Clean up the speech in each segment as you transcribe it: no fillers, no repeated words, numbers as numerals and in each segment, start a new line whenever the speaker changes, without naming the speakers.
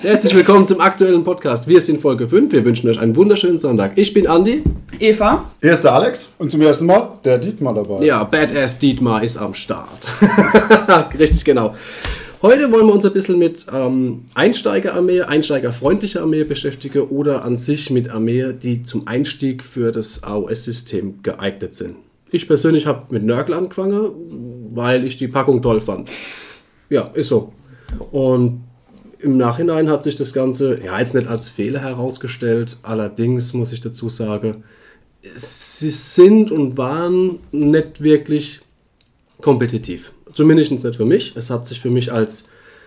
Herzlich willkommen zum aktuellen Podcast. Wir sind Folge 5. Wir wünschen euch einen wunderschönen Sonntag. Ich bin Andi.
Eva.
Hier ist der Alex. Und zum ersten Mal der Dietmar dabei.
Ja, Badass Dietmar ist am Start. Richtig, genau. Heute wollen wir uns ein bisschen mit Einsteigerarmee, einsteigerfreundlicher Armee beschäftigen oder an sich mit Armee, die zum Einstieg für das AOS-System geeignet sind. Ich persönlich habe mit Nurgle angefangen, weil ich die Packung toll fand. Ja, ist so. Und im Nachhinein hat sich das Ganze ja jetzt nicht als Fehler herausgestellt. Allerdings muss ich dazu sagen, sie sind und waren nicht wirklich kompetitiv. Zumindest nicht für mich. Es hat sich für mich als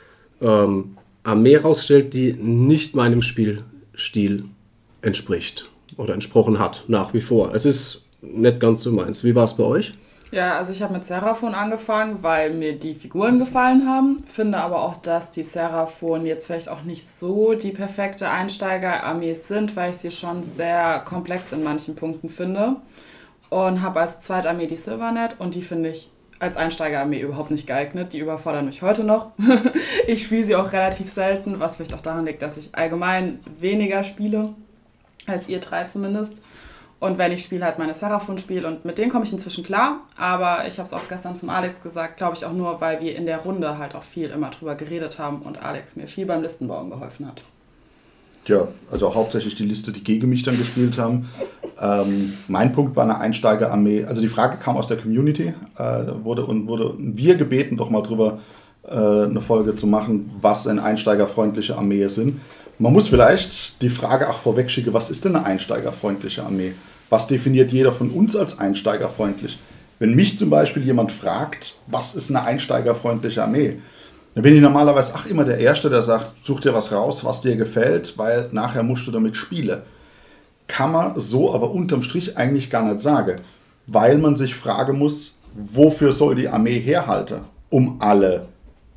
Armee herausgestellt, die nicht meinem Spielstil entspricht oder entsprochen hat, nach wie vor. Es ist nicht ganz so meins. Wie war es bei euch?
Ja, also ich habe mit Seraphon angefangen, weil mir die Figuren gefallen haben. Finde aber auch, dass die Seraphon jetzt vielleicht auch nicht so die perfekte Einsteiger-Armee sind, weil ich sie schon sehr komplex in manchen Punkten finde. Und habe als Zweitarmee die Sylvanet und die finde ich als Einsteigerarmee überhaupt nicht geeignet. Die überfordern mich heute noch. Ich spiele sie auch relativ selten, was vielleicht auch daran liegt, dass ich allgemein weniger spiele, als ihr drei zumindest. Und wenn ich spiele, halt meine Seraphon-Spiel und mit denen komme ich inzwischen klar. Aber ich habe es auch gestern zum Alex gesagt, glaube ich auch nur, weil wir in der Runde halt auch viel immer drüber geredet haben und Alex mir viel beim Listenbauen geholfen hat.
Tja, also auch hauptsächlich die Liste, die gegen mich dann gespielt haben. Mein Punkt bei einer Einsteigerarmee, also die Frage kam aus der Community, wurde wir gebeten, doch mal drüber eine Folge zu machen, was eine einsteigerfreundliche Armee sind. Man muss vielleicht die Frage auch vorweg schicken, was ist denn eine einsteigerfreundliche Armee? Was definiert jeder von uns als einsteigerfreundlich? Wenn mich zum Beispiel jemand fragt, was ist eine einsteigerfreundliche Armee, dann bin ich normalerweise auch immer der Erste, der sagt, such dir was raus, was dir gefällt, weil nachher musst du damit spielen. Kann man so aber unterm Strich eigentlich gar nicht sagen, weil man sich fragen muss, wofür soll die Armee herhalten? Um alle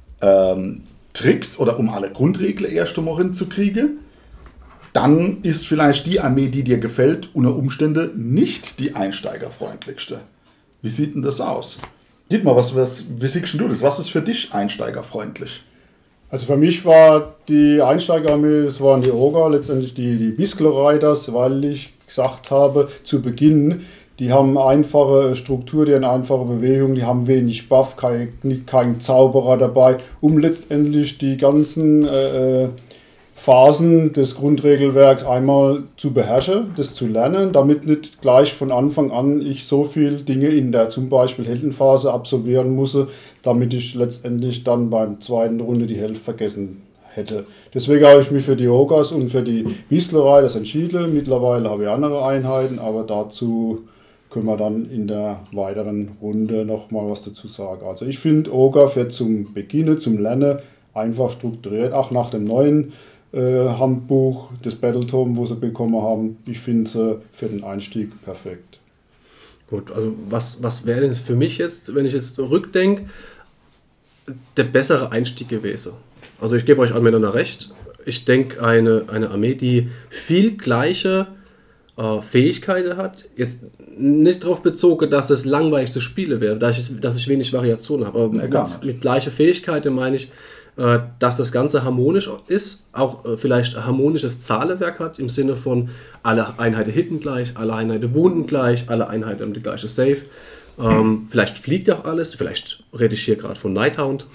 Tricks oder um alle Grundregeln erst einmal hinzukriegen? Dann ist vielleicht die Armee, die dir gefällt, unter Umständen nicht die einsteigerfreundlichste. Wie sieht denn das aus? Dietmar, wie siehst du das? Was ist für dich einsteigerfreundlich?
Also für mich war die Einsteigerarmee, es waren die Ogre, letztendlich die Biskler Riders, weil ich gesagt habe, zu Beginn, die haben einfache Struktur, die haben einfache Bewegung, die haben wenig Buff, kein Zauberer dabei, um letztendlich die ganzen Phasen des Grundregelwerks einmal zu beherrschen, das zu lernen, damit nicht gleich von Anfang an ich so viele Dinge in der zum Beispiel Heldenphase absolvieren muss, damit ich letztendlich dann beim zweiten Runde die Hälfte vergessen hätte. Deswegen habe ich mich für die Ogres und für die Bieslerei das entschieden. Mittlerweile habe ich andere Einheiten, aber dazu können wir dann in der weiteren Runde nochmal was dazu sagen. Also ich finde Ogre für zum Beginnen, zum Lernen einfach strukturiert, auch nach dem neuen Handbuch des Battletome, wo sie bekommen haben. Ich finde sie für den Einstieg perfekt.
Gut, also was wäre denn für mich jetzt, wenn ich jetzt rückdenke, der bessere Einstieg gewesen? Also ich gebe euch miteinander recht. Ich denke, eine Armee, die viel gleiche Fähigkeiten hat, jetzt nicht darauf bezogen, dass es langweilig zu spielen wäre, dass ich wenig Variation habe, aber mit gleicher Fähigkeiten meine ich, dass das Ganze harmonisch ist, auch vielleicht ein harmonisches Zahlenwerk hat, im Sinne von alle Einheiten hitten gleich, alle Einheiten wunden gleich, alle Einheiten haben die gleiche Save. Vielleicht fliegt auch alles, vielleicht rede ich hier gerade von Nighthound.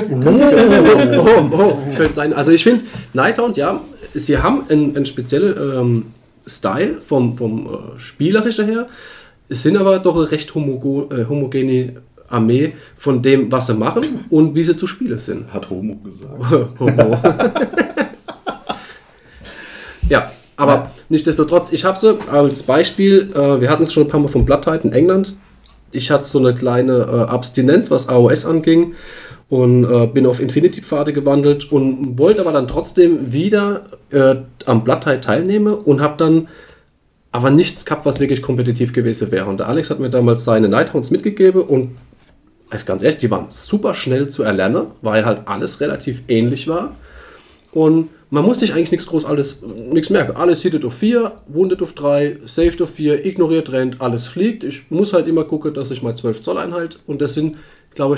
Könnte sein. Also ich finde, Nighthound, ja, sie haben einen speziellen Style vom Spielerischen her, es sind aber doch eine recht homogene Armee von dem, was sie machen und wie sie zu spielen sind.
Hat Homo gesagt.
Homo. Ja, aber nichtsdestotrotz, ich habe sie als Beispiel, wir hatten es schon ein paar Mal vom Blood Tide in England. Ich hatte so eine kleine Abstinenz, was AOS anging und bin auf Infinity-Pfade gewandelt und wollte aber dann trotzdem wieder am Blood Tide teilnehmen und habe dann aber nichts gehabt, was wirklich kompetitiv gewesen wäre. Und der Alex hat mir damals seine Nighthounds mitgegeben und ganz ehrlich, die waren super schnell zu erlernen, weil halt alles relativ ähnlich war. Und man muss sich eigentlich nichts merken. Alles hittet auf 4, wundet auf 3, saved auf 4, ignoriert, rennt, alles fliegt. Ich muss halt immer gucken, dass ich mal 12 Zoll einhalte. Und das sind, glaube ich,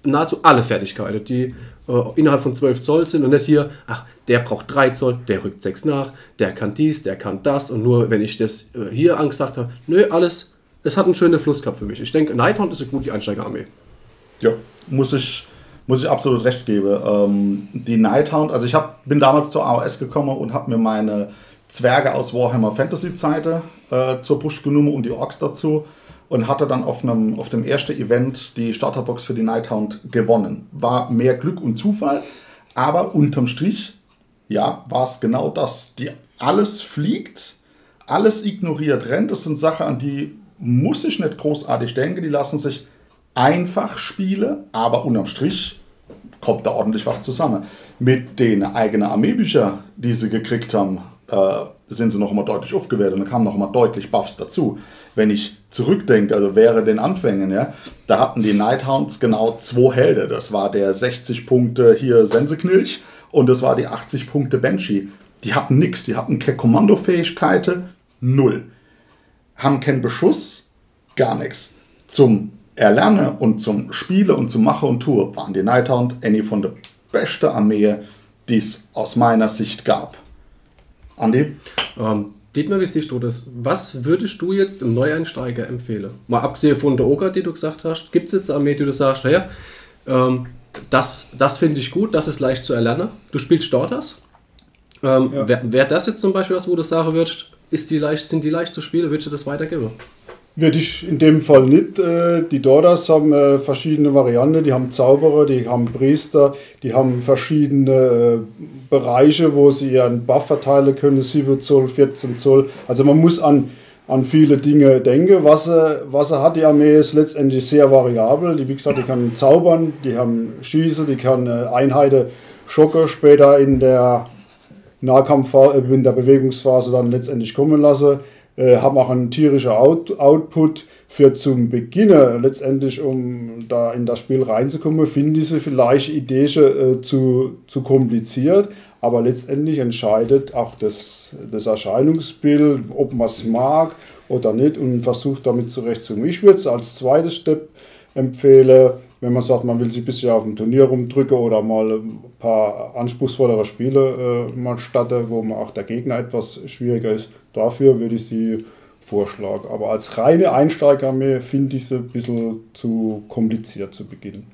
nahezu alle Fertigkeiten, die innerhalb von 12 Zoll sind und nicht hier, ach, der braucht 3 Zoll, der rückt 6 nach, der kann dies, der kann das und nur wenn ich das hier angesagt habe, nö, alles, es hat einen schönen Fluss gehabt für mich. Ich denke, Nighthound ist eine gute Einsteigerarmee.
Ja, muss ich absolut recht geben. Die Nighthound, also bin damals zur AOS gekommen und habe mir meine Zwerge aus Warhammer Fantasy Zeiten zur Brust genommen und die Orks dazu und hatte dann auf dem ersten Event die Starterbox für die Nighthound gewonnen. War mehr Glück und Zufall, aber unterm Strich, ja, war es genau das. Alles fliegt, alles ignoriert, rennt. Das sind Sachen, an die muss ich nicht großartig denken, die lassen sich einfach spielen, aber unterm Strich kommt da ordentlich was zusammen. Mit den eigenen Armeebüchern, die sie gekriegt haben, sind sie noch immer deutlich aufgewertet und da kamen noch immer deutlich Buffs dazu. Wenn ich zurückdenke, also während den Anfängen, ja, da hatten die Nighthounds genau 2 Helden. Das war der 60 Punkte hier Senseknilch und das war die 80 Punkte Banshee. Die hatten nichts, die hatten keine Kommandofähigkeiten, 0. Haben keinen Beschuss, gar nichts. Zum Erlernen und zum Spielen und zum Machen und Tun waren die Nighthound eine von der besten Armee, die es aus meiner Sicht gab. Andi?
Dietmar, wie siehst du das? Was würdest du jetzt im Neueinsteiger empfehlen? Mal abgesehen von der Ogre, die du gesagt hast, gibt es jetzt eine Armee, die du sagst, naja, das finde ich gut, das ist leicht zu erlernen. Du spielst Starters. Wäre das jetzt zum Beispiel was, wo du sagen würdest, sind die leicht zu spielen, würdest du das weitergeben?
Würde ich in dem Fall nicht. Die Dordas haben verschiedene Varianten. Die haben Zauberer, die haben Priester, die haben verschiedene Bereiche, wo sie ihren Buff verteilen können, 7 Zoll, 14 Zoll. Also man muss an viele Dinge denken. Was er hat, die Armee ist letztendlich sehr variabel. Wie gesagt, die kann zaubern, die haben Schießen, die kann Einheiten schocken, später in der in der Bewegungsphase dann letztendlich kommen lassen. Haben auch einen tierischen Output für zum Beginn, letztendlich um da in das Spiel reinzukommen, finde ich sie vielleicht Idee zu kompliziert, aber letztendlich entscheidet auch das Erscheinungsbild, ob man es mag oder nicht und versucht damit zurechtzukommen. Ich würde es als zweites Step empfehlen, wenn man sagt, man will sich ein bisschen auf dem Turnier rumdrücken oder mal ein paar anspruchsvollere Spiele mal starten, wo man auch der Gegner etwas schwieriger ist. Dafür würde ich sie vorschlagen. Aber als reine Einsteigerarmee finde ich sie ein bisschen zu kompliziert zu beginnen.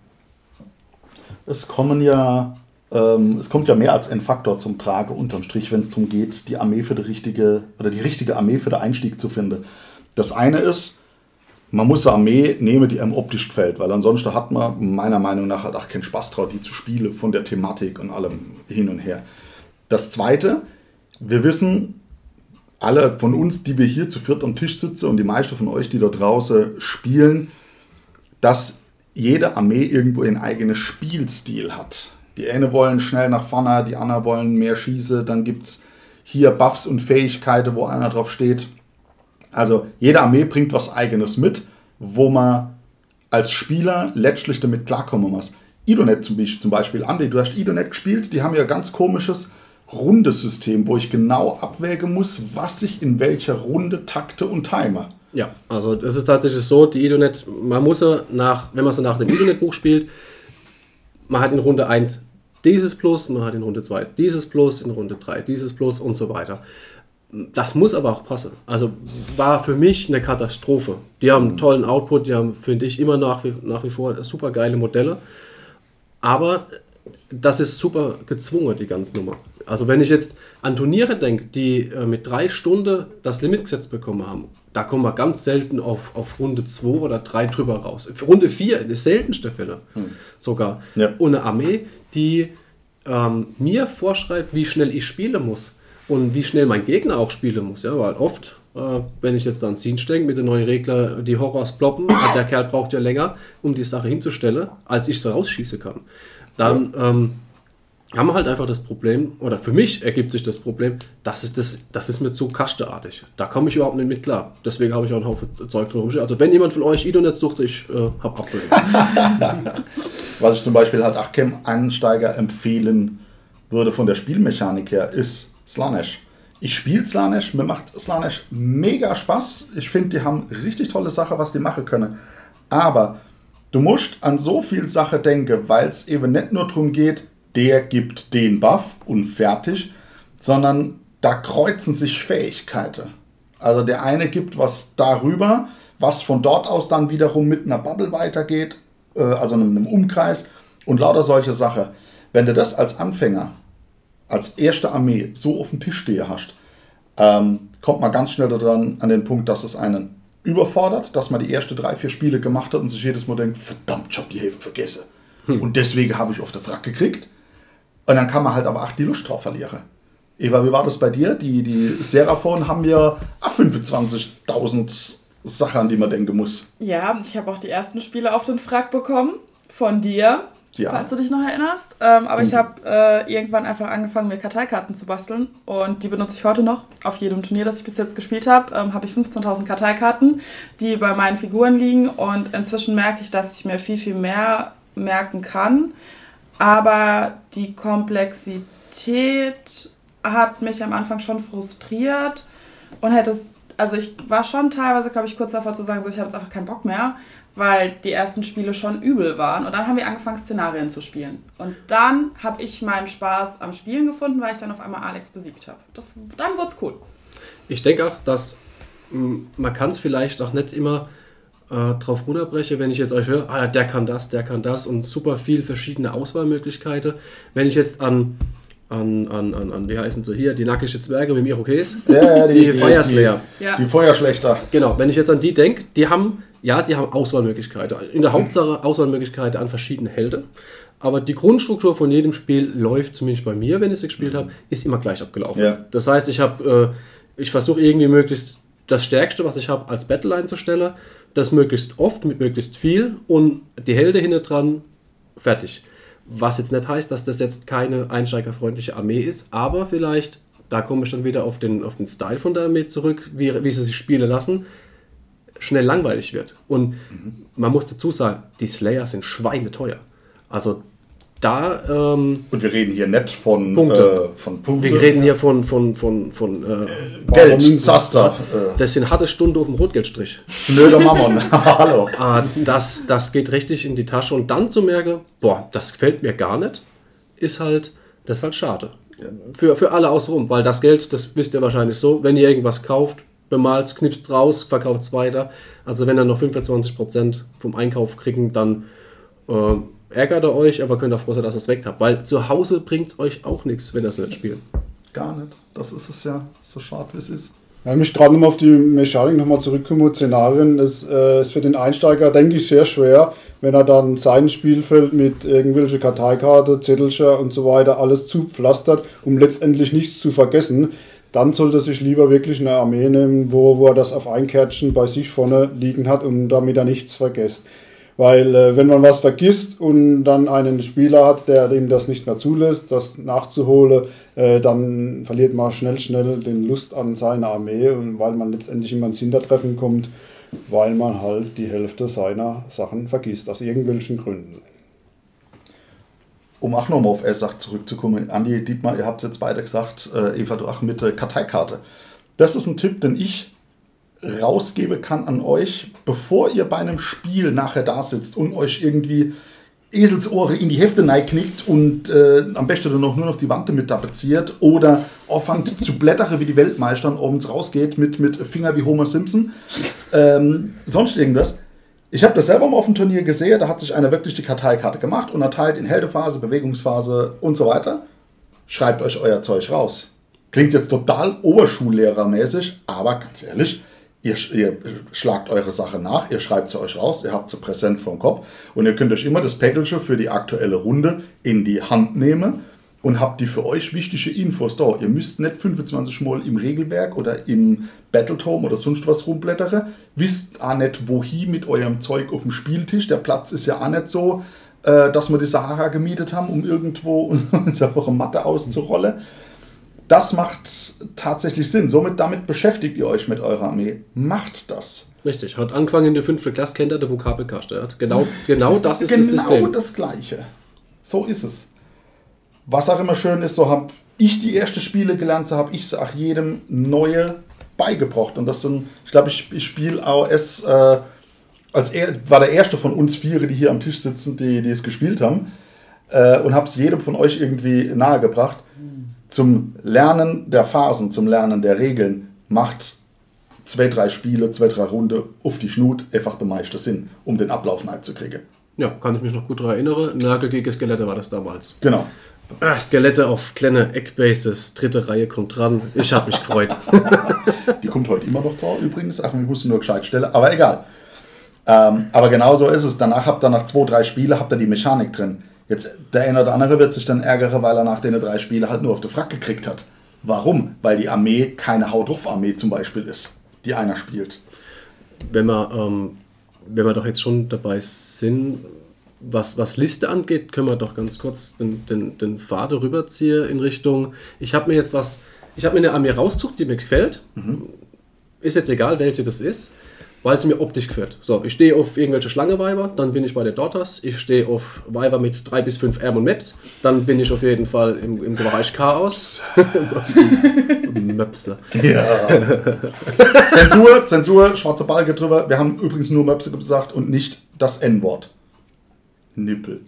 Es kommt ja mehr als ein Faktor zum Tragen unterm Strich, wenn es darum geht, die richtige Armee für den Einstieg zu finden. Das eine ist, man muss eine Armee nehmen, die einem optisch gefällt, weil ansonsten hat man meiner Meinung nach halt auch keinen Spaß drauf, die zu spielen, von der Thematik und allem hin und her. Das Zweite, wir wissen, alle von uns, die wir hier zu viert am Tisch sitzen und die meisten von euch, die da draußen spielen, dass jede Armee irgendwo ihren eigenen Spielstil hat. Die einen wollen schnell nach vorne, die anderen wollen mehr schießen, dann gibt es hier Buffs und Fähigkeiten, wo einer drauf steht. Also jede Armee bringt was Eigenes mit, wo man als Spieler letztlich damit klarkommen muss. Idonet zum Beispiel, Andi, du hast Idonet gespielt, die haben ja ein ganz komisches Rundesystem, wo ich genau abwägen muss, was ich in welcher Runde takte und time.
Ja, also es ist tatsächlich so, die Idonet, man muss wenn man so nach dem Idonet-Buch spielt, man hat in Runde 1 dieses Plus, man hat in Runde 2 dieses Plus, in Runde 3 dieses Plus und so weiter. Das muss aber auch passen. Also war für mich eine Katastrophe. Die haben einen tollen Output, die haben, finde ich, immer nach wie vor super geile Modelle. Aber das ist super gezwungen, die ganze Nummer. Also wenn ich jetzt an Turniere denke, die mit 3 Stunden das Limit gesetzt bekommen haben, da kommen wir ganz selten auf Runde 2 oder 3 drüber raus. Runde 4, das seltenste Fälle sogar. Ja. Und eine Armee, die mir vorschreibt, wie schnell ich spielen muss. Und wie schnell mein Gegner auch spielen muss, ja, weil oft, wenn ich jetzt dann Scene denke, mit den neuen Reglern, die Horrors ploppen, der Kerl braucht ja länger, um die Sache hinzustellen, als ich sie rausschießen kann. Dann haben wir halt einfach das Problem, oder für mich ergibt sich das Problem, das ist mir zu kasteartig. Da komme ich überhaupt nicht mit klar. Deswegen habe ich auch einen Haufen Zeug drum rumstehen. Also wenn jemand von euch Idonet sucht, ich habe abzugeben.
Was ich zum Beispiel halt auch keinem Einsteiger empfehlen würde von der Spielmechanik her, ist Slaanesh. Ich spiele Slaanesh, mir macht Slaanesh mega Spaß. Ich finde, die haben richtig tolle Sachen, was die machen können. Aber Du musst an so viel Sache denken, weil es eben nicht nur darum geht, der gibt den Buff und fertig, sondern da kreuzen sich Fähigkeiten. Also der eine gibt was darüber, was von dort aus dann wiederum mit einer Bubble weitergeht, also einem Umkreis und lauter solche Sachen. Wenn du das als Anfänger, als erste Armee so auf dem Tisch stehen hast, kommt man ganz schnell daran an den Punkt, dass es einen überfordert, dass man die ersten 3-4 Spiele gemacht hat und sich jedes Mal denkt, verdammt, ich habe die Hälfte vergessen. Und deswegen habe ich auf der Frack gekriegt. Und dann kann man halt aber auch die Lust drauf verlieren. Eva, wie war das bei dir? Die Seraphon haben ja 25.000 Sachen, an die man denken muss.
Ja, ich habe auch die ersten Spiele auf den Frack bekommen von dir, falls du dich noch erinnerst. Aber ich habe irgendwann einfach angefangen, mir Karteikarten zu basteln und die benutze ich heute noch. Auf jedem Turnier, das ich bis jetzt gespielt habe, habe ich 15.000 Karteikarten, die bei meinen Figuren liegen und inzwischen merke ich, dass ich mir viel, viel mehr merken kann. Aber die Komplexität hat mich am Anfang schon frustriert und ich war schon teilweise, glaube ich, kurz davor zu sagen, so, ich habe jetzt einfach keinen Bock mehr, weil die ersten Spiele schon übel waren. Und dann haben wir angefangen, Szenarien zu spielen. Und dann habe ich meinen Spaß am Spielen gefunden, weil ich dann auf einmal Alex besiegt habe. Dann wurde es cool.
Ich denke auch, dass man kann es vielleicht auch nicht immer drauf runterbrechen, wenn ich jetzt euch höre, der kann das und super viel verschiedene Auswahlmöglichkeiten. Wenn ich jetzt an wie heißen sie hier, die nackische Zwerge mit dem Irokes, die Fire Slayer.
Die Feuerschlechter.
Genau, wenn ich jetzt an die denke, die haben Auswahlmöglichkeiten. In der Hauptsache Auswahlmöglichkeiten an verschiedene Helden. Aber die Grundstruktur von jedem Spiel läuft, zumindest bei mir, wenn ich es gespielt habe, ist immer gleich abgelaufen. Ja. Das heißt, ich versuche irgendwie möglichst das Stärkste, was ich habe, als Battle einzustellen, das möglichst oft mit möglichst viel und die Helden hinten dran, fertig. Was jetzt nicht heißt, dass das jetzt keine einsteigerfreundliche Armee ist, aber vielleicht, da komme ich dann wieder auf den Style von der Armee zurück, wie sie sich spielen lassen, schnell langweilig wird. Und man muss dazu sagen, die Slayer sind schweineteuer. Also da... und
wir reden hier nicht von Punkten.
Wir reden hier von
Geld, Zaster.
Das sind harte Stunden auf dem Rotgeldstrich.
Schnöder Mammon. Hallo.
Das geht richtig in die Tasche. Und dann zu merken, das gefällt mir gar nicht, das ist halt schade. Für alle außenrum. Weil das Geld, das wisst ihr wahrscheinlich so, wenn ihr irgendwas kauft, bemalt, knipst raus, verkauft es weiter. Also wenn ihr noch 25% vom Einkauf kriegen, dann ärgert ihr euch, aber könnt ihr froh sein, dass ihr es weg habt. Weil zu Hause bringt es euch auch nichts, wenn ihr es nicht spielt.
Gar nicht. Das ist es ja. So schade, wie es ist.
Wenn ich gerade nochmal auf die Mechanik nochmal zurückkomme, Szenarien, ist für den Einsteiger, denke ich, sehr schwer, wenn er dann sein Spielfeld mit irgendwelche Karteikarte, Zettelchen und so weiter alles zupflastert, um letztendlich nichts zu vergessen. Dann sollte er sich lieber wirklich eine Armee nehmen, wo er das auf ein Kärtchen bei sich vorne liegen hat und damit er nichts vergisst. Weil wenn man was vergisst und dann einen Spieler hat, der dem das nicht mehr zulässt, das nachzuholen, dann verliert man schnell den Lust an seiner Armee, und weil man letztendlich immer ins Hintertreffen kommt, weil man halt die Hälfte seiner Sachen vergisst, aus irgendwelchen Gründen.
Um auch nochmal auf Sache zurückzukommen, Andi, Dietmar, ihr habt es jetzt beide gesagt, Eva, du auch mit der Karteikarte. Das ist ein Tipp, den ich rausgeben kann an euch, bevor ihr bei einem Spiel nachher da sitzt und euch irgendwie Eselsohre in die Hefte knickt und am besten dann nur noch die Wand mit tapeziert oder anfängt zu blättern wie die Weltmeister und abends rausgeht mit Finger wie Homer Simpson. Sonst irgendwas. Ich habe das selber mal auf dem Turnier gesehen, da hat sich einer wirklich die Karteikarte gemacht und erteilt in Heldephase, Bewegungsphase und so weiter. Schreibt euch euer Zeug raus. Klingt jetzt total oberschullehrermäßig, aber ganz ehrlich, ihr schlagt eure Sache nach, ihr schreibt sie euch raus, ihr habt sie präsent vor dem Kopf und ihr könnt euch immer das Päckchen für die aktuelle Runde in die Hand nehmen und habt die für euch wichtige Infos da. Ihr müsst nicht 25 Mal im Regelwerk oder im Battletome oder sonst was rumblättern, wisst auch nicht, wohin mit eurem Zeug auf dem Spieltisch. Der Platz ist ja auch nicht so, dass wir die Sahara gemietet haben, um irgendwo unsere Matte auszurollen. Das macht tatsächlich Sinn. Damit beschäftigt ihr euch mit eurer Armee. Macht das.
Richtig. Hat angefangen in der 5. Klasse, kennt ihr die Vokabelkaste. Genau das ist das System.
Genau das Gleiche. So ist es. Was auch immer schön ist, so habe ich die ersten Spiele gelernt, so habe ich es auch jedem Neue beigebracht. Und das sind, ich glaube, ich spiele AOS war der erste von uns 4, die hier am Tisch sitzen, die es gespielt haben. Und habe es jedem von euch irgendwie nahegebracht. Zum Lernen der Phasen, zum Lernen der Regeln macht 2-3 Spiele, 2-3 Runden auf die Schnut einfach der meiste Sinn, um den Ablauf einzukriegen.
Ja, kann ich mich noch gut daran erinnern. Nagel gegen Skelette war das damals.
Genau.
Skelette auf kleine Eckbases, 3. Reihe kommt dran. Ich habe mich gefreut.
Die kommt heute immer noch drauf übrigens. Ach, wir mussten nur gescheit stellen, aber egal. Aber genau so ist es. Danach habt ihr nach 2-3 Spiele habt ihr die Mechanik drin. Jetzt der eine oder andere wird sich dann ärgern, weil er nach den 3 Spielen halt nur auf den Frack gekriegt hat. Warum? Weil die Armee keine Haut-drauf-Armee zum Beispiel ist, die einer spielt.
Wenn wir doch jetzt schon dabei sind, was Liste angeht, können wir doch ganz kurz den Faden rüberziehen in Richtung, ich habe mir eine Armee rausgesucht, die mir gefällt. Ist jetzt egal, welche das ist, weil sie mir optisch gefällt. So, ich stehe auf irgendwelche Schlangenweiber, dann bin ich bei der Daughters. Ich stehe auf Weiber mit 3 bis 5 Arm und Maps, dann bin ich auf jeden Fall im Bereich Chaos. Möpse.
Ja. Zensur, schwarze Balke drüber. Wir haben übrigens nur Möpse gesagt und nicht das N-Wort. Nippel.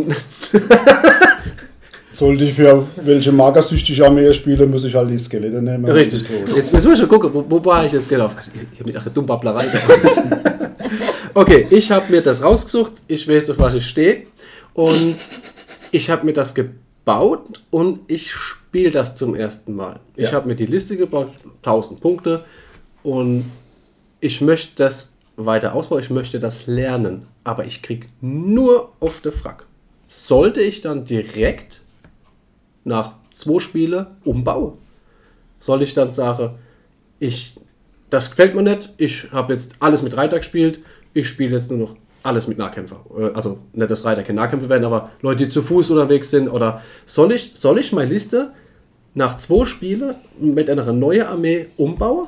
Sollte ich für welche magersüchtige Armee spielen, muss ich halt die Skelette nehmen.
Richtig. Jetzt muss ich schon gucken, wo war ich jetzt genau? Ich habe mich auch eine dumme Babblerei gemacht. Okay, ich habe mir das rausgesucht, ich weiß, auf was ich stehe und ich habe mir das gebaut und ich spiele das zum ersten Mal. Ja. Ich habe mir die Liste gebaut, 1000 Punkte und ich möchte das weiter ausbauen, ich möchte das lernen, aber ich kriege nur auf den Frack. Sollte ich dann direkt nach 2 Spielen umbauen? Soll ich dann sagen, das gefällt mir nicht, ich habe jetzt alles mit Reiter gespielt, ich spiele jetzt nur noch alles mit Nahkämpfer. Also nicht, dass Reiter keine Nahkämpfer werden, aber Leute, die zu Fuß unterwegs sind. Oder soll ich meine Liste nach 2 Spielen mit einer neuen Armee umbauen?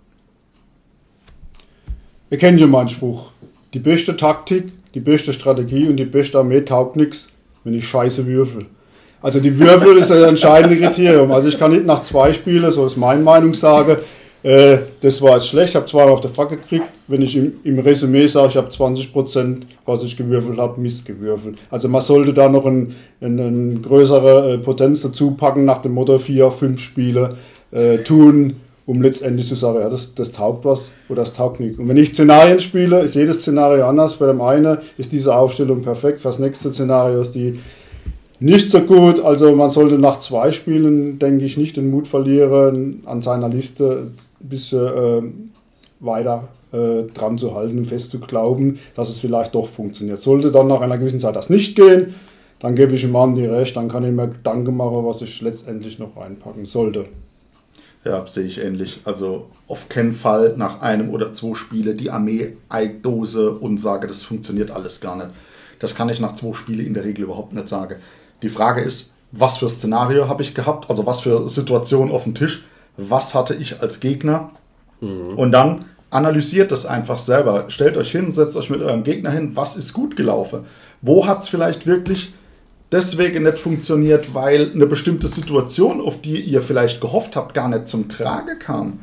Ihr kennt ja meinen Spruch. Die beste Taktik, die beste Strategie und die beste Armee taugt nichts, wenn ich scheiße würfel. Also die Würfel ist das entscheidende Kriterium. Also ich kann nicht nach 2 Spielen, so ist meine Meinung, sagen, das war jetzt schlecht, ich habe 2 auf der Fracke gekriegt. Wenn ich im Resümee sage, ich habe 20%, was ich gewürfelt habe, Mist gewürfelt. Also man sollte da noch eine größere Potenz dazu packen, nach dem Motto 4, 5 Spiele tun, um letztendlich zu sagen, ja, das taugt was oder das taugt nicht. Und wenn ich Szenarien spiele, ist jedes Szenario anders. Bei dem einen ist diese Aufstellung perfekt, für das nächste Szenario ist die nicht so gut. Also man sollte nach 2 Spielen, denke ich, nicht den Mut verlieren, an seiner Liste ein bisschen weiter dran zu halten, fest zu glauben, dass es vielleicht doch funktioniert. Sollte dann nach einer gewissen Zeit das nicht gehen, dann gebe ich ihm Andi recht, dann kann ich mir Gedanken machen, was ich letztendlich noch reinpacken sollte.
Ja, sehe ich ähnlich. Also auf keinen Fall nach 1 oder 2 Spiele die Armee eindose und sage, das funktioniert alles gar nicht. Das kann ich nach 2 Spielen in der Regel überhaupt nicht sagen. Die Frage ist, was für Szenario habe ich gehabt, also was für Situation auf dem Tisch, was hatte ich als Gegner und dann analysiert das einfach selber. Stellt euch hin, setzt euch mit eurem Gegner hin, was ist gut gelaufen? Wo hat es vielleicht wirklich deswegen nicht funktioniert, weil eine bestimmte Situation, auf die ihr vielleicht gehofft habt, gar nicht zum Trage kam?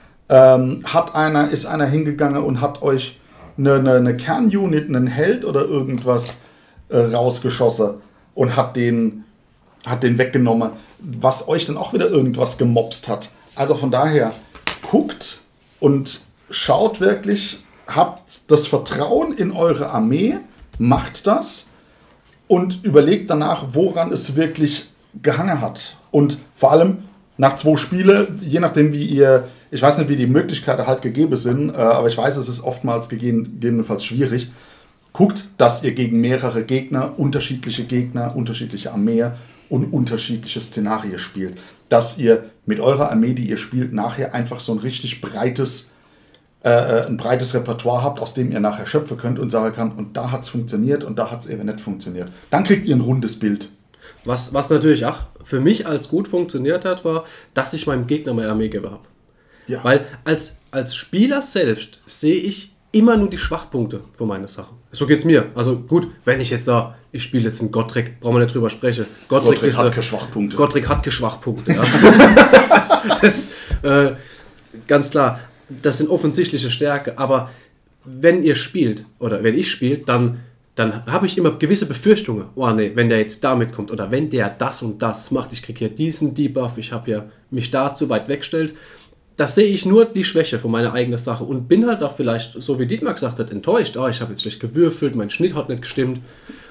Ist einer hingegangen und hat euch eine Kernunit, einen Held oder irgendwas rausgeschossen und hat den weggenommen, was euch dann auch wieder irgendwas gemobst hat. Also von daher, guckt und schaut wirklich, habt das Vertrauen in eure Armee, macht das und überlegt danach, woran es wirklich gehangen hat. Und vor allem nach 2 Spielen, je nachdem ich weiß nicht, wie die Möglichkeiten halt gegeben sind, aber ich weiß, es ist oftmals gegebenenfalls schwierig. Guckt, dass ihr gegen mehrere Gegner, unterschiedliche Armee und unterschiedliche Szenarien spielt. Dass ihr mit eurer Armee, die ihr spielt, nachher einfach so ein richtig breites Repertoire habt, aus dem ihr nachher schöpfen könnt und sagen kann, und da hat es funktioniert und da hat es eben nicht funktioniert. Dann kriegt ihr ein rundes Bild.
Was natürlich auch für mich als gut funktioniert hat, war, dass ich meinem Gegner meine Armee gegeben habe. Ja. Weil als Spieler selbst sehe ich immer nur die Schwachpunkte von meiner Sache. So geht es mir. Also gut, wenn ich jetzt ich spiele jetzt einen Gottrick, brauchen wir nicht drüber sprechen.
Gottrick hat keine Schwachpunkte.
Gottrick hat keine Schwachpunkte, ja. das ganz klar, das sind offensichtliche Stärke, aber wenn ihr spielt oder wenn ich spiele, dann habe ich immer gewisse Befürchtungen. Oh nee, wenn der jetzt damit kommt oder wenn der das und das macht, ich kriege hier diesen Debuff, ich habe ja mich da zu weit weggestellt. Das sehe ich nur die Schwäche von meiner eigenen Sache und bin halt auch vielleicht, so wie Dietmar gesagt hat, enttäuscht. Oh, ich habe jetzt schlecht gewürfelt, mein Schnitt hat nicht gestimmt.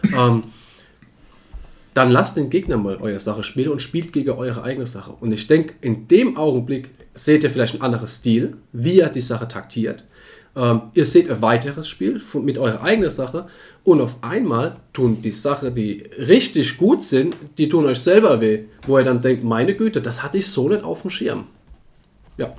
Dann lasst den Gegner mal eure Sache spielen und spielt gegen eure eigene Sache. Und ich denke, in dem Augenblick seht ihr vielleicht ein anderes Stil, wie ihr die Sache taktiert. Ihr seht ein weiteres Spiel mit eurer eigenen Sache und auf einmal tun die Sachen, die richtig gut sind, die tun euch selber weh. Wo ihr dann denkt, meine Güte, das hatte ich so nicht auf dem Schirm. Ja.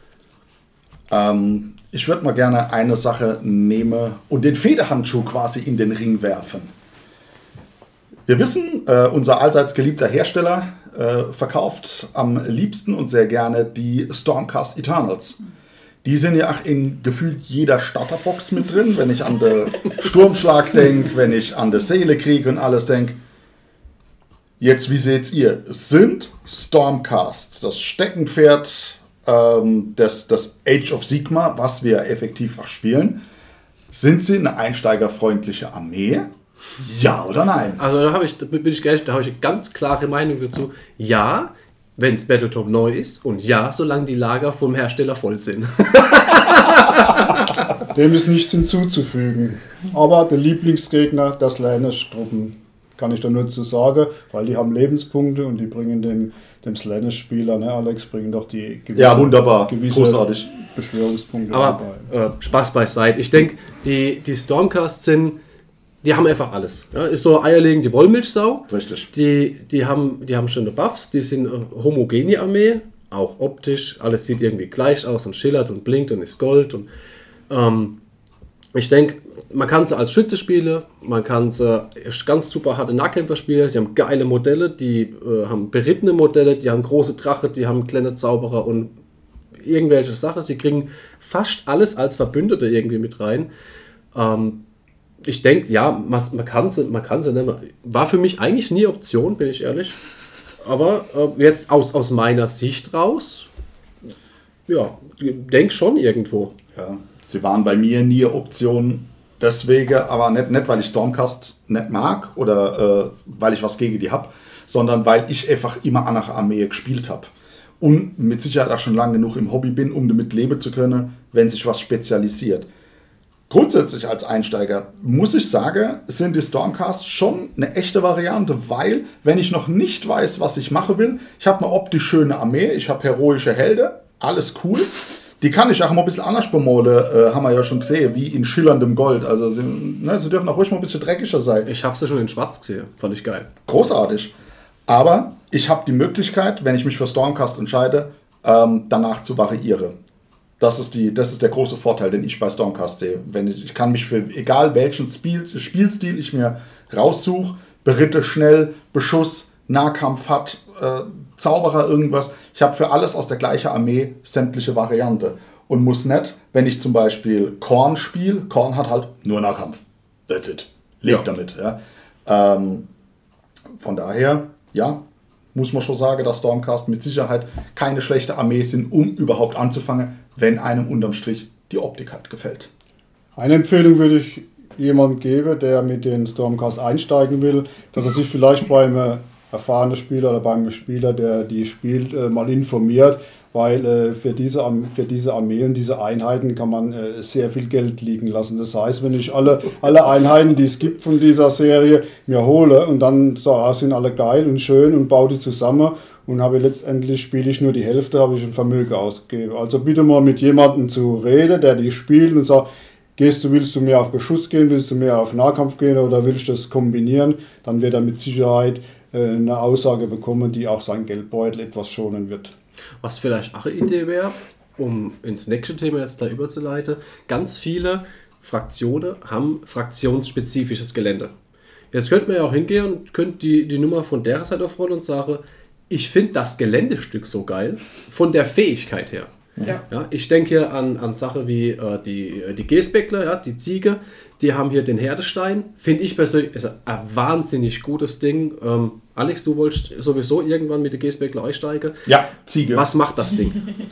Ich würde mal gerne eine Sache nehmen und den Federhandschuh quasi in den Ring werfen. Wir wissen, unser allseits geliebter Hersteller verkauft am liebsten und sehr gerne die Stormcast Eternals. Die sind ja auch in gefühlt jeder Starterbox mit drin, wenn ich an den Sturmschlag denke, wenn ich an den Seelekrieg und alles denke. Jetzt, wie seht ihr? Sind Stormcast das Steckenpferd das Age of Sigmar, was wir effektiv auch spielen? Sind sie eine einsteigerfreundliche Armee? Ja oder nein?
Also da habe ich eine ganz klare Meinung dazu. Ja, wenn es Battletop neu ist und ja, solange die Lager vom Hersteller voll sind.
Dem ist nichts hinzuzufügen. Aber der Lieblingsgegner, das Slaanesh-Truppen, kann ich da nur zu sagen, weil die haben Lebenspunkte und die bringen dem Slaanesh-Spieler, ne, Alex, bringen doch die gewisse
großartig.
Beschwörungspunkte
Aber Spaß beiseite. Ich denke, die Stormcasts die haben einfach alles. Ja, ist so eierlegend die Wollmilchsau.
Richtig.
Die haben schöne Buffs, die sind homogene Armee, auch optisch. Alles sieht irgendwie gleich aus und schillert und blinkt und ist Gold. Und, ich denke, man kann sie als Schütze spielen, man kann sie ganz super harte Nahkämpfer spielen. Sie haben geile Modelle, die haben berittene Modelle, die haben große Drache, die haben kleine Zauberer und irgendwelche Sachen. Sie kriegen fast alles als Verbündete irgendwie mit rein. Ich denke, ja, man kann sie nehmen. War für mich eigentlich nie Option, bin ich ehrlich. Aber jetzt aus meiner Sicht raus, ja, denke schon irgendwo.
Ja, sie waren bei mir nie Option, deswegen, aber nicht weil ich Stormcast nicht mag oder weil ich was gegen die habe, sondern weil ich einfach immer an einer Armee gespielt habe. Und mit Sicherheit auch schon lange genug im Hobby bin, um damit leben zu können, wenn sich was spezialisiert. Grundsätzlich als Einsteiger muss ich sagen, sind die Stormcasts schon eine echte Variante, weil, wenn ich noch nicht weiß, was ich machen will, ich habe eine optisch schöne Armee, ich habe heroische Helden, alles cool. Die kann ich auch mal ein bisschen anders bemalen, haben wir ja schon gesehen, wie in schillerndem Gold. Also sie dürfen auch ruhig mal ein bisschen dreckiger sein.
Ich habe sie schon in schwarz gesehen, fand ich geil.
Großartig. Aber ich habe die Möglichkeit, wenn ich mich für Stormcast entscheide, danach zu variieren. Das ist der große Vorteil, den ich bei Stormcast sehe. Ich kann mich für egal welchen Spielstil ich mir raussuche, beritte schnell, Beschuss, Nahkampf hat, Zauberer, irgendwas. Ich habe für alles aus der gleichen Armee sämtliche Variante. Und muss nicht, wenn ich zum Beispiel Khorne spiele, Khorne hat halt nur Nahkampf. That's it. Lebt damit. Ja. Von daher, ja, muss man schon sagen, dass Stormcast mit Sicherheit keine schlechte Armee sind, um überhaupt anzufangen, wenn einem unterm Strich die Optik halt gefällt.
Eine Empfehlung würde ich jemandem geben, der mit den Stormcast einsteigen will, dass er sich vielleicht beim erfahrenen Spieler oder beim Spieler, der die spielt, mal informiert, weil für diese Armee und diese Einheiten kann man sehr viel Geld liegen lassen. Das heißt, wenn ich alle Einheiten, die es gibt von dieser Serie, mir hole und dann sind alle geil und schön und baue die zusammen und letztendlich spiele ich nur die Hälfte, habe ich ein Vermögen ausgegeben. Also bitte mal mit jemandem zu reden, der die spielt und sagt, willst du mehr auf Beschuss gehen, willst du mehr auf Nahkampf gehen oder willst du das kombinieren, dann wird er mit Sicherheit eine Aussage bekommen, die auch sein Geldbeutel etwas schonen wird.
Was vielleicht auch eine Idee wäre, um ins nächste Thema jetzt da überzuleiten, ganz viele Fraktionen haben fraktionsspezifisches Gelände. Jetzt könnte man ja auch hingehen und könnte die Nummer von der Seite aufrollen und sagen, ich finde das Geländestück so geil, von der Fähigkeit her.
Ja.
Ja, ich denke hier an Sachen wie die Geßbeckler, ja, die Ziege, die haben hier den Herdestein. Finde ich persönlich ist ein wahnsinnig gutes Ding. Alex, du wolltest sowieso irgendwann mit der Geßbeckler einsteigen.
Ja, Ziege.
Was macht das Ding?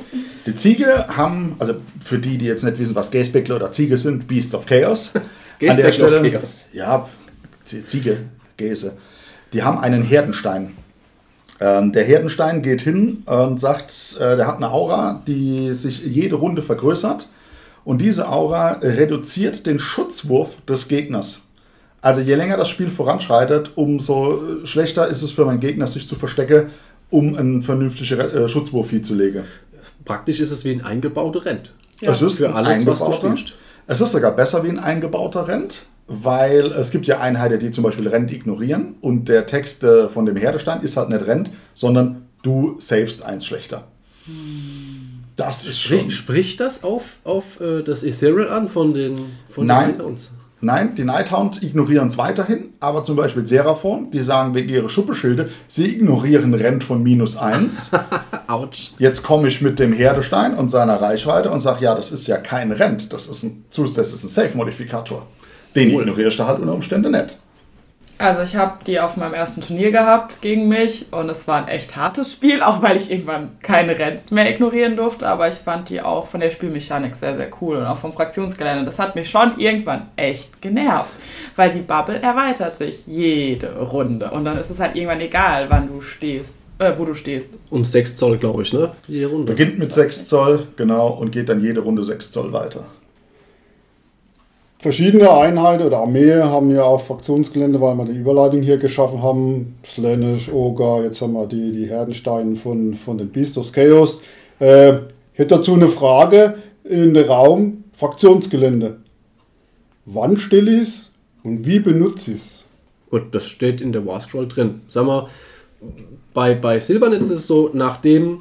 Die Ziege haben, also für die jetzt nicht wissen, was Gazebeckler oder Ziege sind, Beasts of Chaos.
Gazebeckler of Chaos.
Ja, Ziege, Gäse. Die haben einen Herdenstein. Der Herdenstein geht hin und sagt, der hat eine Aura, die sich jede Runde vergrößert. Und diese Aura reduziert den Schutzwurf des Gegners. Also je länger das Spiel voranschreitet, umso schlechter ist es für meinen Gegner, sich zu verstecken, um einen vernünftigen Schutzwurf hinzulegen.
Praktisch ist es wie ein eingebauter Rent.
Ja, es ist
für alles, was du spielst.
Es ist sogar besser wie ein eingebauter Rent, weil es gibt ja Einheiten, die zum Beispiel Rent ignorieren und der Text von dem Herdestein ist halt nicht Rent, sondern du savest eins schlechter. Das ist schon...
Spricht das auf das Ethereal an von den
Nighthounds? Nein, die Nighthound ignorieren es weiterhin, aber zum Beispiel Seraphon, die sagen wegen ihrer Schuppeschilde, sie ignorieren Rent von -1.
Autsch.
Jetzt komme ich mit dem Herdestein und seiner Reichweite und sage, ja, das ist ja kein Rent, das ist ein Safe-Modifikator. Den ignoriere ich da halt unter Umständen nicht.
Also ich habe die auf meinem ersten Turnier gehabt gegen mich und es war ein echt hartes Spiel, auch weil ich irgendwann keine Rent mehr ignorieren durfte, aber ich fand die auch von der Spielmechanik sehr, sehr cool und auch vom Fraktionsgelände. Das hat mich schon irgendwann echt genervt, weil die Bubble erweitert sich jede Runde und dann ist es halt irgendwann egal, wann du stehst, wo du stehst.
Und 6 Zoll, glaube ich, ne? Jede Runde.
Beginnt mit 6 Zoll, genau, und geht dann jede Runde 6 Zoll weiter.
Verschiedene Einheiten oder Armee haben ja auch Fraktionsgelände, weil wir die Überleitung hier geschaffen haben. Slaanesh, Ogre, jetzt haben wir die Herdensteine von den Beasts of Chaos. Ich hätte dazu eine Frage in den Raum Fraktionsgelände. Wann stelle ich es und wie benutze ich es?
Gut, das steht in der Warscroll drin. Sag mal, bei Silbernet ist es so, nachdem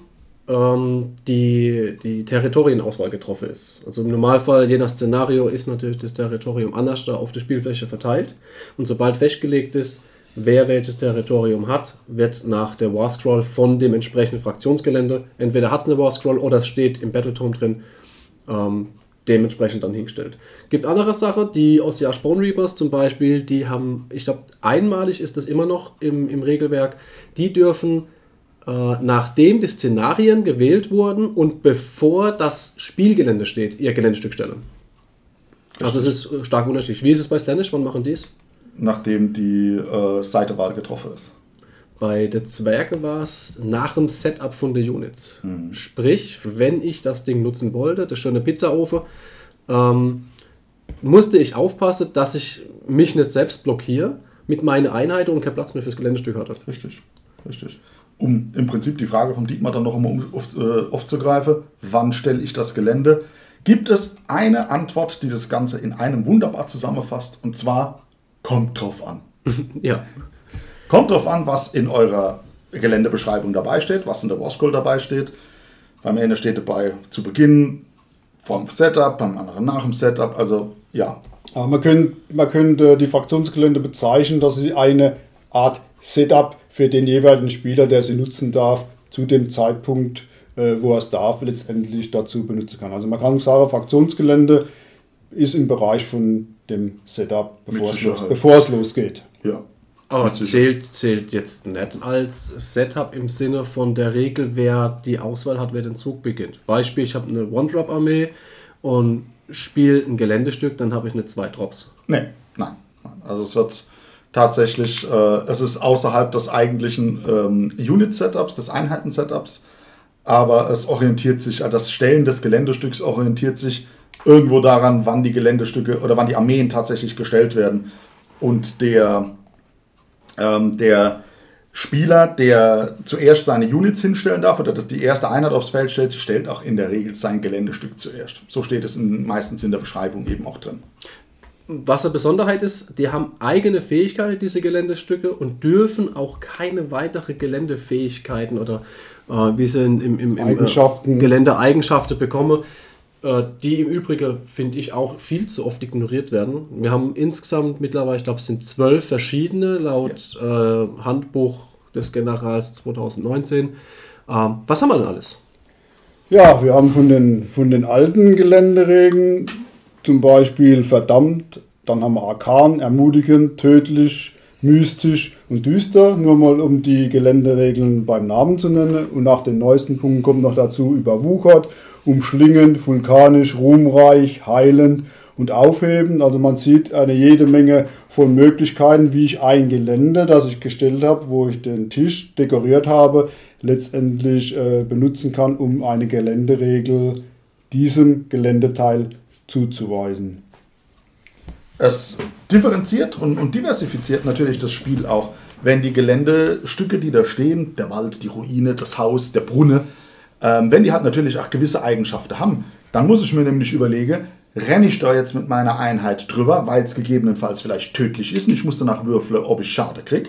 die Territorienauswahl getroffen ist. Also im Normalfall, je nach Szenario, ist natürlich das Territorium anders da auf der Spielfläche verteilt. Und sobald festgelegt ist, wer welches Territorium hat, wird nach der Warscroll von dem entsprechenden Fraktionsgelände, entweder hat es eine Warscroll oder es steht im Battletome drin, dementsprechend dann hingestellt. Gibt andere Sachen, die aus Yash Bone Reapers zum Beispiel, die haben, ich glaube, einmalig ist das immer noch im Regelwerk, die dürfen nachdem die Szenarien gewählt wurden und bevor das Spielgelände steht, ihr Geländestück stellen. Also das ist stark unterschiedlich. Wie ist es bei Slaanesh? Wann machen die es?
Nachdem die Seitewahl getroffen ist.
Bei der Zwerge war es nach dem Setup von der Units. Sprich, wenn ich das Ding nutzen wollte, das schöne Pizzaofen, musste ich aufpassen, dass ich mich nicht selbst blockiere mit meiner Einheit und keinen Platz mehr fürs Geländestück hatte.
Richtig. Um im Prinzip die Frage vom Dietmar dann noch einmal aufzugreifen, wann stelle ich das Gelände? Gibt es eine Antwort, die das Ganze in einem wunderbar zusammenfasst, und zwar, kommt drauf an.
Ja.
Kommt drauf an, was in eurer Geländebeschreibung dabei steht, was in der Warscroll dabei steht. Beim einen steht dabei zu Beginn vom Setup, beim anderen nach dem Setup, also ja.
Aber man könnte die Fraktionsgelände bezeichnen, dass sie eine Art Setup für den jeweiligen Spieler, der sie nutzen darf, zu dem Zeitpunkt, wo er es darf, letztendlich dazu benutzen kann. Also man kann sagen, Fraktionsgelände ist im Bereich von dem Setup, bevor es losgeht.
Ja.
Aber zählt jetzt nicht als Setup im Sinne von der Regel, wer die Auswahl hat, wer den Zug beginnt. Beispiel, ich habe eine One-Drop-Armee und spiele ein Geländestück, dann habe ich nicht 2 Drops.
Nein. Also es wird tatsächlich, es ist außerhalb des eigentlichen Unit-Setups, des Einheiten-Setups, aber es orientiert sich, also das Stellen des Geländestücks orientiert sich irgendwo daran, wann die Geländestücke oder wann die Armeen tatsächlich gestellt werden. Und der Spieler, der zuerst seine Units hinstellen darf oder die erste Einheit aufs Feld stellt, stellt auch in der Regel sein Geländestück zuerst. So steht es meistens in der Beschreibung eben auch drin.
Was eine Besonderheit ist, die haben eigene Fähigkeiten, diese Geländestücke, und dürfen auch keine weitere Geländefähigkeiten oder wie sie im Gelände Eigenschaften bekommen, die im Übrigen, finde ich, auch viel zu oft ignoriert werden. Wir haben insgesamt mittlerweile, ich glaube, es sind 12 verschiedene laut Handbuch des Generals 2019. Was haben wir denn alles?
Ja, wir haben von den alten Geländeregeln zum Beispiel verdammt, dann haben wir Arkan, ermutigend, tödlich, mystisch und düster, nur mal um die Geländeregeln beim Namen zu nennen. Und nach den neuesten Punkten kommt noch dazu überwuchert, umschlingend, vulkanisch, ruhmreich, heilend und aufhebend. Also man sieht eine jede Menge von Möglichkeiten, wie ich ein Gelände, das ich gestellt habe, wo ich den Tisch dekoriert habe, letztendlich benutzen kann, um eine Geländeregel diesem Geländeteil zuzuweisen.
Es differenziert und diversifiziert natürlich das Spiel auch, wenn die Geländestücke, die da stehen, der Wald, die Ruine, das Haus, der Brunnen, wenn die halt natürlich auch gewisse Eigenschaften haben, dann muss ich mir nämlich überlegen, renne ich da jetzt mit meiner Einheit drüber, weil es gegebenenfalls vielleicht tödlich ist und ich muss danach würfeln, ob ich Schade kriege.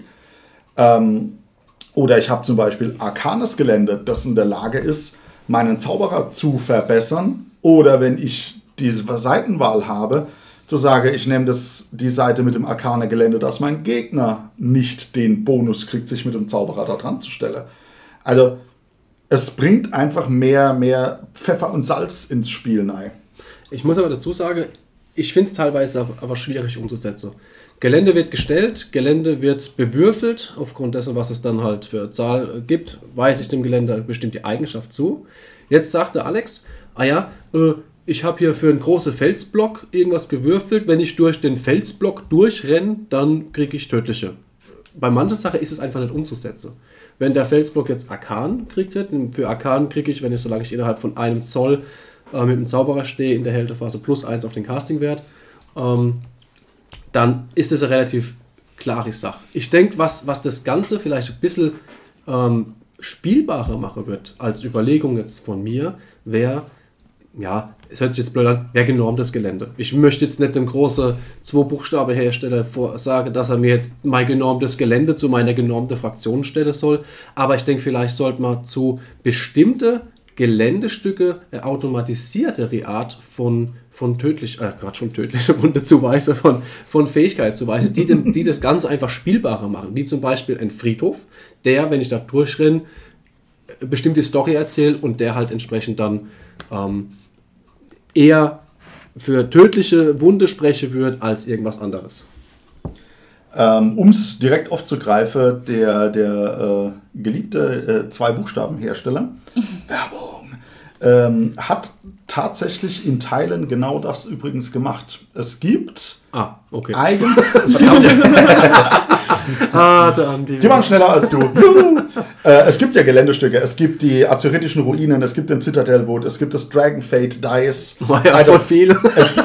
Oder ich habe zum Beispiel arkanes Gelände, das in der Lage ist, meinen Zauberer zu verbessern. Oder wenn ich diese Seitenwahl habe, zu sagen, ich nehme die Seite mit dem arkanen Gelände, dass mein Gegner nicht den Bonus kriegt, sich mit dem Zauberer da dran zu stellen. Also es bringt einfach mehr Pfeffer und Salz ins Spiel rein.
Ich muss aber dazu sagen, ich finde es teilweise aber schwierig umzusetzen. Gelände wird gestellt, Gelände wird bewürfelt, aufgrund dessen, was es dann halt für Zahl gibt, weise ich dem Gelände eine bestimmte Eigenschaft zu. Jetzt sagte Alex, ich habe hier für einen großen Felsblock irgendwas gewürfelt, wenn ich durch den Felsblock durchrenne, dann kriege ich tödliche. Bei manchen Sachen ist es einfach nicht umzusetzen. Wenn der Felsblock jetzt Arkan kriegt, für Arkan kriege ich, solange ich innerhalb von einem Zoll mit dem Zauberer stehe, in der Hältephase +1 auf den Castingwert, dann ist das eine relativ klare Sache. Ich denke, was das Ganze vielleicht ein bisschen spielbarer machen wird, als Überlegung jetzt von mir, wäre, es hört sich jetzt blöd an, wäre genormtes Gelände. Ich möchte jetzt nicht dem großen 2-Buchstabe-Hersteller sagen, dass er mir jetzt mein genormtes Gelände zu meiner genormten Fraktion stellen soll, aber ich denke, vielleicht sollte man zu bestimmte Geländestücke automatisierte Art von tödliche Wunde zuweisen, von Fähigkeit zuweisen, die das Ganze einfach spielbarer machen, wie zum Beispiel ein Friedhof, der, wenn ich da durchrenne, bestimmte Story erzählt und der halt entsprechend dann eher für tödliche Wunde sprechen wird als irgendwas anderes.
Um es direkt aufzugreifen, der geliebte 2-Buchstaben-Hersteller, Werbung, hat tatsächlich in Teilen genau das übrigens gemacht. Es gibt eigens... Die waren schneller als du. Es gibt ja Geländestücke. Es gibt die azuritischen Ruinen, es gibt den Citadelwood, es gibt das Dragonfate Dice.
Also viel.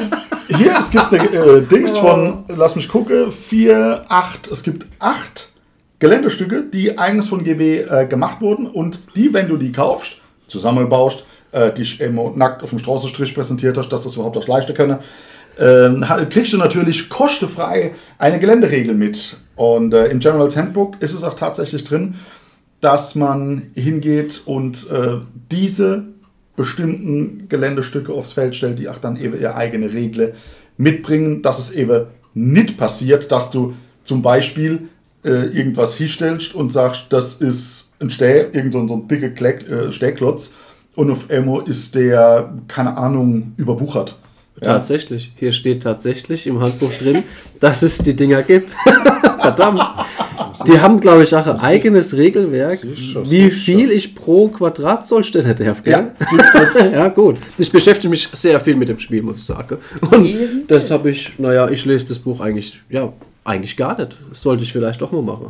Es gibt eine Dings von, lass mich gucken, 4, 8. Es gibt 8 Geländestücke, die eigens von GW gemacht wurden und die, wenn du die kaufst, zusammenbaust, dich nackt auf dem Straßenstrich präsentiert hast, dass das überhaupt das Leichte können, kriegst du natürlich kostenfrei eine Geländeregel mit. Und im General's Handbook ist es auch tatsächlich drin, dass man hingeht und diese bestimmten Geländestücke aufs Feld stellt, die auch dann eben ihre eigene Regel mitbringen, dass es eben nicht passiert, dass du zum Beispiel irgendwas hinstellst und sagst, das ist ein Stäh, irgend so ein dicker Stähklotz und auf einmal ist der, keine Ahnung, überwuchert.
Tatsächlich. Hier steht tatsächlich im Handbuch drin, dass es die Dinger gibt. Verdammt. Die haben, glaube ich, auch ein eigenes Regelwerk, wie viel ich pro Quadratzoll stellen darf. Gell? Ja, gut. Ich beschäftige mich sehr viel mit dem Spiel, muss ich sagen. Und das habe ich, ich lese das Buch eigentlich gar nicht. Das sollte ich vielleicht doch mal machen.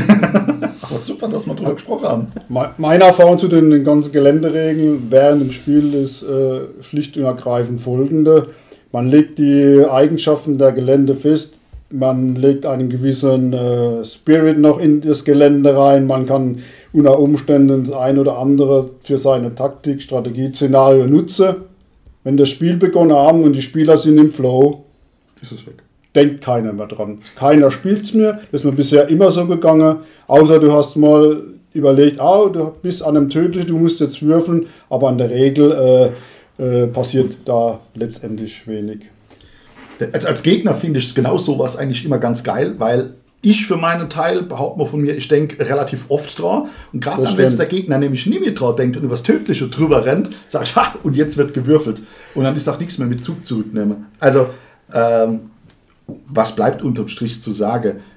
Aber super, dass wir darüber gesprochen haben.
Meine Erfahrung zu den ganzen Geländeregeln während dem Spiel ist schlicht und ergreifend folgende. Man legt die Eigenschaften der Gelände fest, man legt einen gewissen Spirit noch in das Gelände rein, man kann unter Umständen das ein oder andere für seine Taktik, Strategie, Szenario nutzen. Wenn das Spiel begonnen haben und die Spieler sind im Flow,
ist es weg.
Denkt keiner mehr dran. Keiner spielt es mehr. Das ist mir bisher immer so gegangen. Außer du hast mal überlegt, du bist an einem Tödlichen, du musst jetzt würfeln. Aber an der Regel passiert da letztendlich wenig.
Als Gegner finde ich es genau sowas eigentlich immer ganz geil, weil ich für meinen Teil, behaupte mal von mir, ich denke relativ oft dran. Und gerade dann, wenn der Gegner nämlich nie mehr dran denkt und über das Tödliche drüber rennt, sage ich, und jetzt wird gewürfelt. Und dann ist auch nichts mehr mit Zug zurücknehmen. Also, was bleibt unterm Strich zu sagen?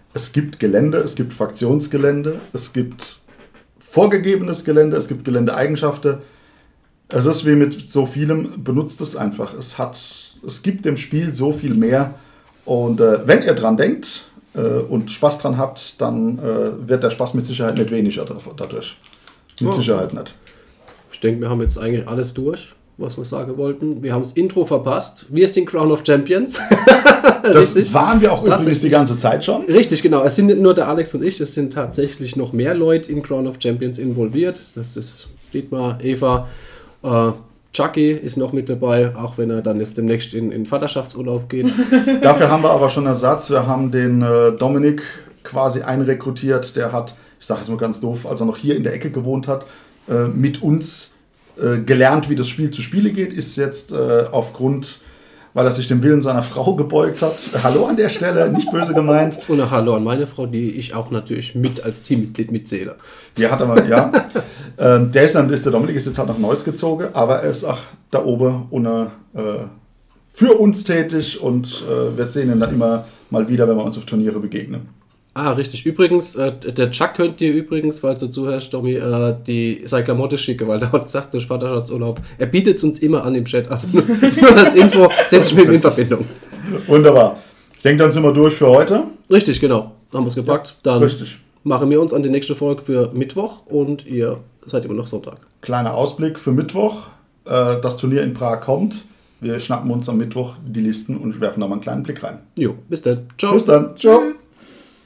es gibt Gelände, es gibt Fraktionsgelände, es gibt vorgegebenes Gelände, es gibt Geländeeigenschaften. Es ist wie mit so vielem, benutzt es einfach. Es gibt dem Spiel so viel mehr. Und wenn ihr dran denkt und Spaß dran habt, dann wird der Spaß mit Sicherheit nicht weniger dadurch. Mit Sicherheit nicht.
Ich denke, wir haben jetzt eigentlich alles durch, was wir sagen wollten. Wir haben das Intro verpasst. Wir sind Crown of Champions.
Das waren wir auch übrigens die ganze Zeit schon.
Richtig, genau. Es sind nicht nur der Alex und ich, es sind tatsächlich noch mehr Leute in Crown of Champions involviert. Das ist Dietmar, Eva, Chucky ist noch mit dabei, auch wenn er dann jetzt demnächst in Vaterschaftsurlaub geht.
Dafür haben wir aber schon Ersatz. Wir haben den Dominik quasi einrekrutiert. Der hat, ich sage es mal ganz doof, als er noch hier in der Ecke gewohnt hat, mit uns gelernt, wie das Spiel zu Spiele geht. Ist jetzt aufgrund, weil er sich dem Willen seiner Frau gebeugt hat. Hallo an der Stelle, nicht böse gemeint.
Und ein Hallo an meine Frau, die ich auch natürlich mit als Teammitglied mitzähle.
Ja, hat er mal, ja. Der Dominik ist jetzt halt nach Neuss gezogen, aber er ist auch da oben für uns tätig und wir sehen ihn dann immer mal wieder, wenn wir uns auf Turniere begegnen.
Ah, richtig. Übrigens, der Chuck könnt dir übrigens, falls du zuhörst, Tommy, seine Klamotte schicken, weil der hat gesagt, durch Vaterschaftsurlaub. Er bietet es uns immer an im Chat, also nur als Info, setzt mich in Verbindung.
Wunderbar. Ich denke, dann sind wir durch für heute.
Richtig, genau. Haben wir es gepackt.
Ja,
dann
richtig.
Machen wir uns an die nächste Folge für Mittwoch und ihr seid immer noch Sonntag.
Kleiner Ausblick für Mittwoch. Das Turnier in Prag kommt. Wir schnappen uns am Mittwoch die Listen und werfen da mal einen kleinen Blick rein.
Jo, bis dann. Ciao.
Bis dann. Ciao.
Tschüss.